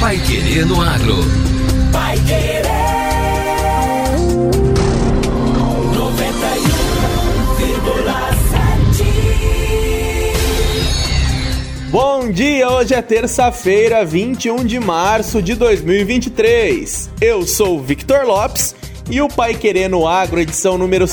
Paiquerê no Agro. Paiquerê 91,7. Bom dia, hoje é terça-feira, 21 de março de 2023. Eu sou o Victor Lopes e o Paiquerê no Agro, edição número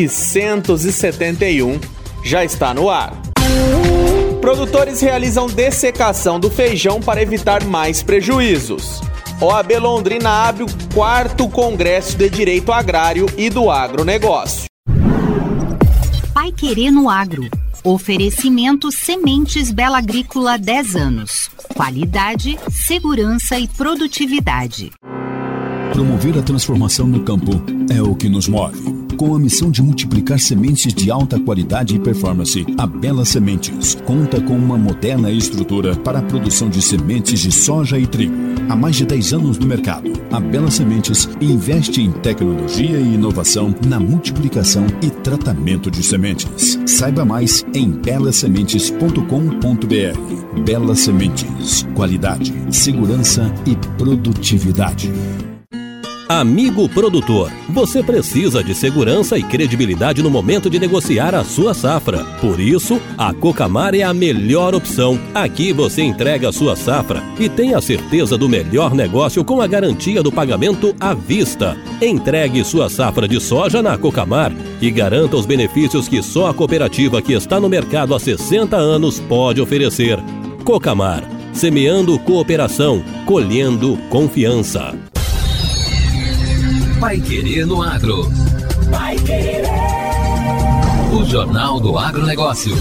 771, já está no ar. Produtores realizam dessecação do feijão para evitar mais prejuízos. OAB Londrina abre o 4º Congresso de Direito Agrário e do Agronegócio. Paiquerê no Agro. Oferecimento Sementes Bela Agrícola 10 anos. Qualidade, segurança e produtividade. Promover a transformação no campo é o que nos move. Com a missão de multiplicar sementes de alta qualidade e performance, a Bela Sementes conta com uma moderna estrutura para a produção de sementes de soja e trigo. Há mais de 10 anos no mercado, a Bela Sementes investe em tecnologia e inovação na multiplicação e tratamento de sementes. Saiba mais em belasementes.com.br. Bela Sementes, qualidade, segurança e produtividade. Amigo produtor, você precisa de segurança e credibilidade no momento de negociar a sua safra. Por isso, a Cocamar é a melhor opção. Aqui você entrega a sua safra e tem a certeza do melhor negócio com a garantia do pagamento à vista. Entregue sua safra de soja na Cocamar e garanta os benefícios que só a cooperativa que está no mercado há 60 anos pode oferecer. Cocamar, semeando cooperação, colhendo confiança. Paiquerê no Agro. Paiquerê. O Jornal do Agronegócio.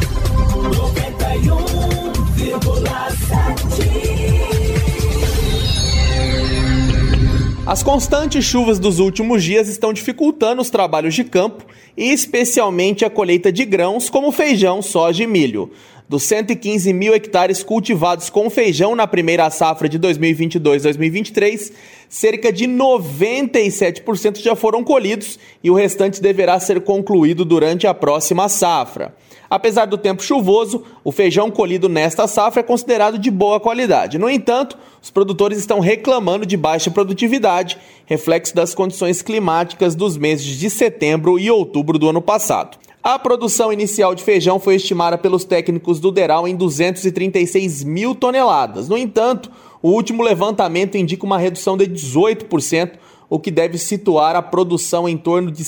91,7. As constantes chuvas dos últimos dias estão dificultando os trabalhos de campo e especialmente a colheita de grãos como feijão, soja e milho. Dos 115 mil hectares cultivados com feijão na primeira safra de 2022-2023, cerca de 97% já foram colhidos e o restante deverá ser concluído durante a próxima safra. Apesar do tempo chuvoso, o feijão colhido nesta safra é considerado de boa qualidade. No entanto, os produtores estão reclamando de baixa produtividade, reflexo das condições climáticas dos meses de setembro e outubro do ano passado. A produção inicial de feijão foi estimada pelos técnicos do DERAL em 236 mil toneladas. No entanto, o último levantamento indica uma redução de 18%, o que deve situar a produção em torno de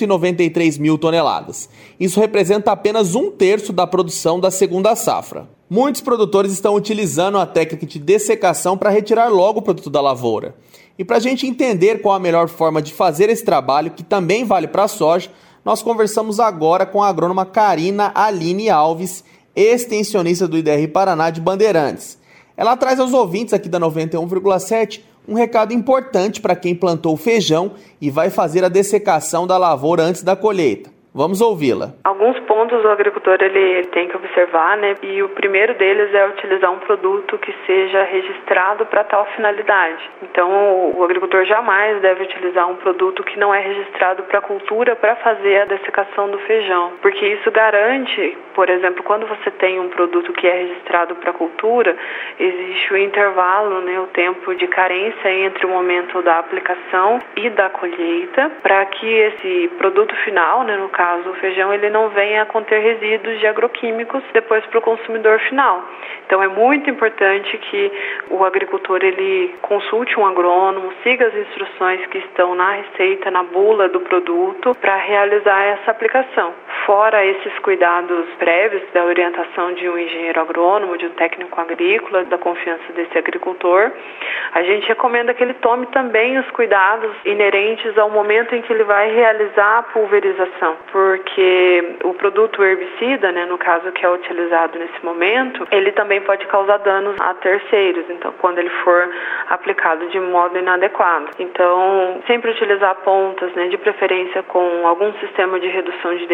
193 mil toneladas. Isso representa apenas 1/3 da produção da segunda safra. Muitos produtores estão utilizando a técnica de dessecação para retirar logo o produto da lavoura. E para a gente entender qual a melhor forma de fazer esse trabalho, que também vale para a soja, nós conversamos agora com a agrônoma Karina Aline Alves, extensionista do IDR Paraná de Bandeirantes. Ela traz aos ouvintes aqui da 91,7 um recado importante para quem plantou feijão e vai fazer a dessecação da lavoura antes da colheita. Vamos ouvi-la. Alguns pontos o agricultor ele tem que observar, né? E o primeiro deles é utilizar um produto que seja registrado para tal finalidade. Então, o agricultor jamais deve utilizar um produto que não é registrado para cultura para fazer a dessecação do feijão, porque isso garante, por exemplo, quando você tem um produto que é registrado para cultura, existe o intervalo, né, o tempo de carência entre o momento da aplicação e da colheita, para que esse produto final, né, no caso o feijão, ele não venha a conter resíduos de agroquímicos depois para o consumidor final. Então é muito importante que o agricultor ele consulte um agrônomo, siga as instruções que estão na receita, na bula do produto para realizar essa aplicação. Fora esses cuidados prévios da orientação de um engenheiro agrônomo, de um técnico agrícola, da confiança desse agricultor, a gente recomenda que ele tome também os cuidados inerentes ao momento em que ele vai realizar a pulverização, porque o produto herbicida, né, no caso que é utilizado nesse momento, ele também pode causar danos a terceiros, então quando ele for aplicado de modo inadequado. Então, sempre utilizar pontas, né, de preferência com algum sistema de redução de deriva,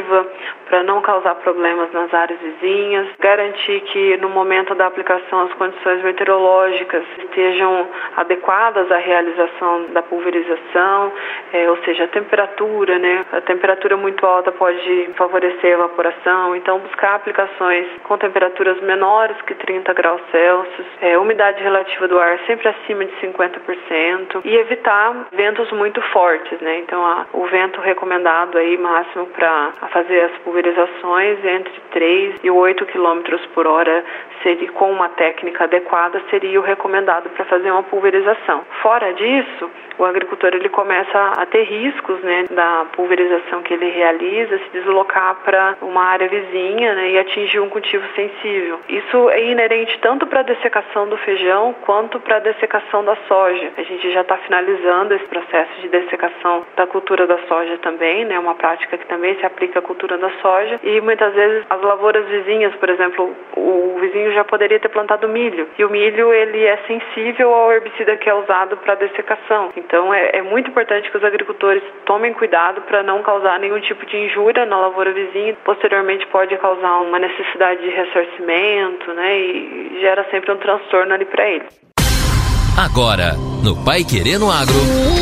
negativa para não causar problemas nas áreas vizinhas, garantir que no momento da aplicação as condições meteorológicas estejam adequadas à realização da pulverização, ou seja, a temperatura, né? A temperatura muito alta pode favorecer a evaporação, então buscar aplicações com temperaturas menores que 30 graus Celsius, umidade relativa do ar sempre acima de 50% e evitar ventos muito fortes, né? Então o vento recomendado aí máximo para fazer as pulverizações entre 3 e 8 km por hora seria, com uma técnica adequada, seria o recomendado para fazer uma pulverização. Fora disso, o agricultor ele começa a ter riscos, né, da pulverização que ele realiza, se deslocar para uma área vizinha, né, e atingir um cultivo sensível. Isso é inerente tanto para a dessecação do feijão quanto para a dessecação da soja. A gente já está finalizando esse processo de dessecação da cultura da soja também, né, uma prática que também se aplica à cultura da soja, e muitas vezes as lavouras vizinhas, por exemplo, o vizinho já poderia ter plantado milho, e o milho ele é sensível ao herbicida que é usado para dessecação. Então é muito importante que os agricultores tomem cuidado para não causar nenhum tipo de injúria na lavoura vizinha. Posteriormente pode causar uma necessidade de ressarcimento, né, e gera sempre um transtorno ali para eles. Agora, no Paiquerê no Agro,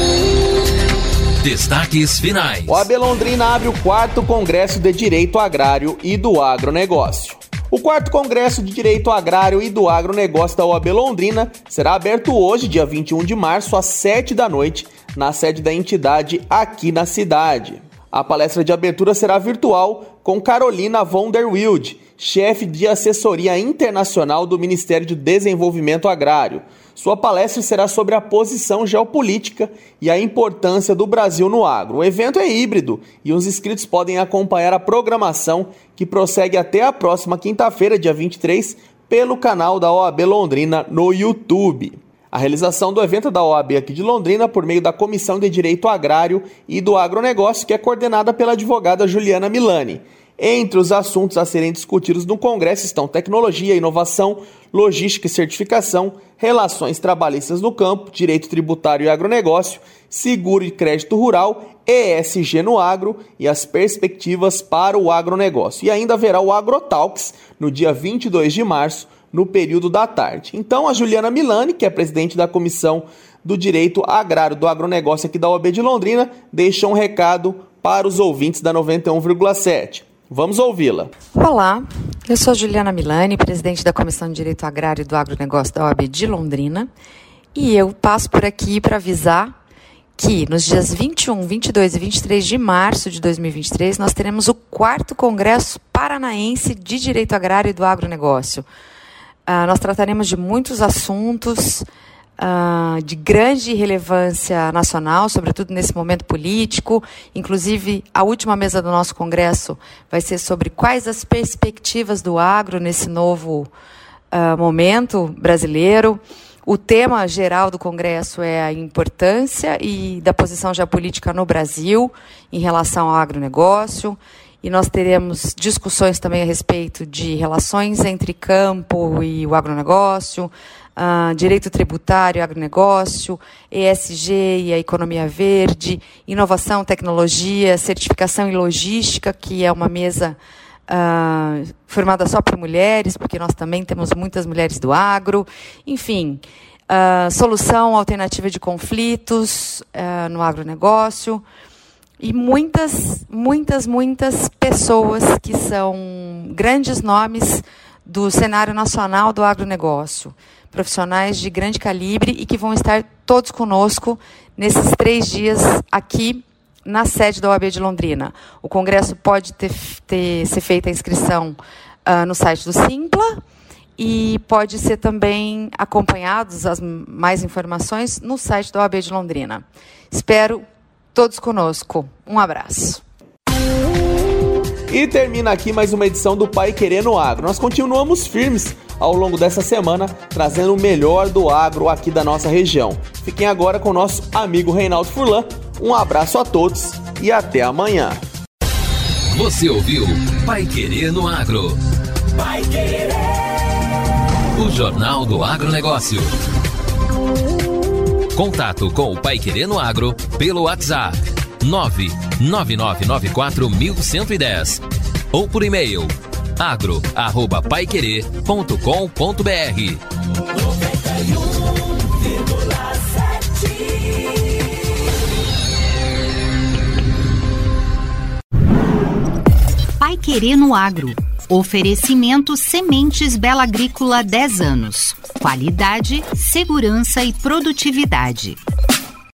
destaques finais. O OAB Londrina abre o 4º Congresso de Direito Agrário e do Agronegócio. O 4º Congresso de Direito Agrário e do Agronegócio da OAB Londrina será aberto hoje, dia 21 de março, às 19h, na sede da entidade aqui na cidade. A palestra de abertura será virtual com Carolina von der Wilde, chefe de assessoria internacional do Ministério de Desenvolvimento Agrário. Sua palestra será sobre a posição geopolítica e a importância do Brasil no agro. O evento é híbrido e os inscritos podem acompanhar a programação que prossegue até a próxima quinta-feira, dia 23, pelo canal da OAB Londrina no YouTube. A realização do evento da OAB aqui de Londrina por meio da Comissão de Direito Agrário e do Agronegócio, que é coordenada pela advogada Juliana Milani. Entre os assuntos a serem discutidos no Congresso estão tecnologia, inovação, logística e certificação, relações trabalhistas no campo, direito tributário e agronegócio, seguro e crédito rural, ESG no agro e as perspectivas para o agronegócio. E ainda haverá o AgroTalks no dia 22 de março, no período da tarde. Então, a Juliana Milani, que é presidente da Comissão do Direito Agrário do Agronegócio aqui da OAB de Londrina, deixa um recado para os ouvintes da 91,7. Vamos ouvi-la. Olá, eu sou Juliana Milani, presidente da Comissão de Direito Agrário do Agronegócio da OAB de Londrina, e eu passo por aqui para avisar que nos dias 21, 22 e 23 de março de 2023 nós teremos o 4º Congresso Paranaense de Direito Agrário e do Agronegócio. Nós trataremos de muitos assuntos de grande relevância nacional, sobretudo nesse momento político. Inclusive, a última mesa do nosso congresso vai ser sobre quais as perspectivas do agro nesse novo momento brasileiro. O tema geral do congresso é a importância e da posição geopolítica no Brasil em relação ao agronegócio. E nós teremos discussões também a respeito de relações entre campo e o agronegócio, direito tributário e agronegócio, ESG e a economia verde, inovação, tecnologia, certificação e logística, que é uma mesa formada só por mulheres, porque nós também temos muitas mulheres do agro. Enfim, solução alternativa de conflitos no agronegócio. E muitas pessoas que são grandes nomes do cenário nacional do agronegócio, profissionais de grande calibre e que vão estar todos conosco nesses 3 dias aqui na sede da OAB de Londrina. O congresso pode ser feita a inscrição no site do Simpla e pode ser também acompanhados as mais informações no site da OAB de Londrina. Espero todos conosco. Um abraço. E termina aqui mais uma edição do Paiquerê no Agro. Nós continuamos firmes ao longo dessa semana, trazendo o melhor do agro aqui da nossa região. Fiquem agora com o nosso amigo Reinaldo Furlan. Um abraço a todos e até amanhã. Você ouviu Paiquerê no Agro. Paiquerê. O Jornal do Agronegócio. Contato com o Paiquerê no Agro pelo WhatsApp 99994-1110 ou por e-mail agro@paiquerê.com.br. Pai Querer no Agro. Oferecimento Sementes Bela Agrícola 10 anos. Qualidade, segurança e produtividade.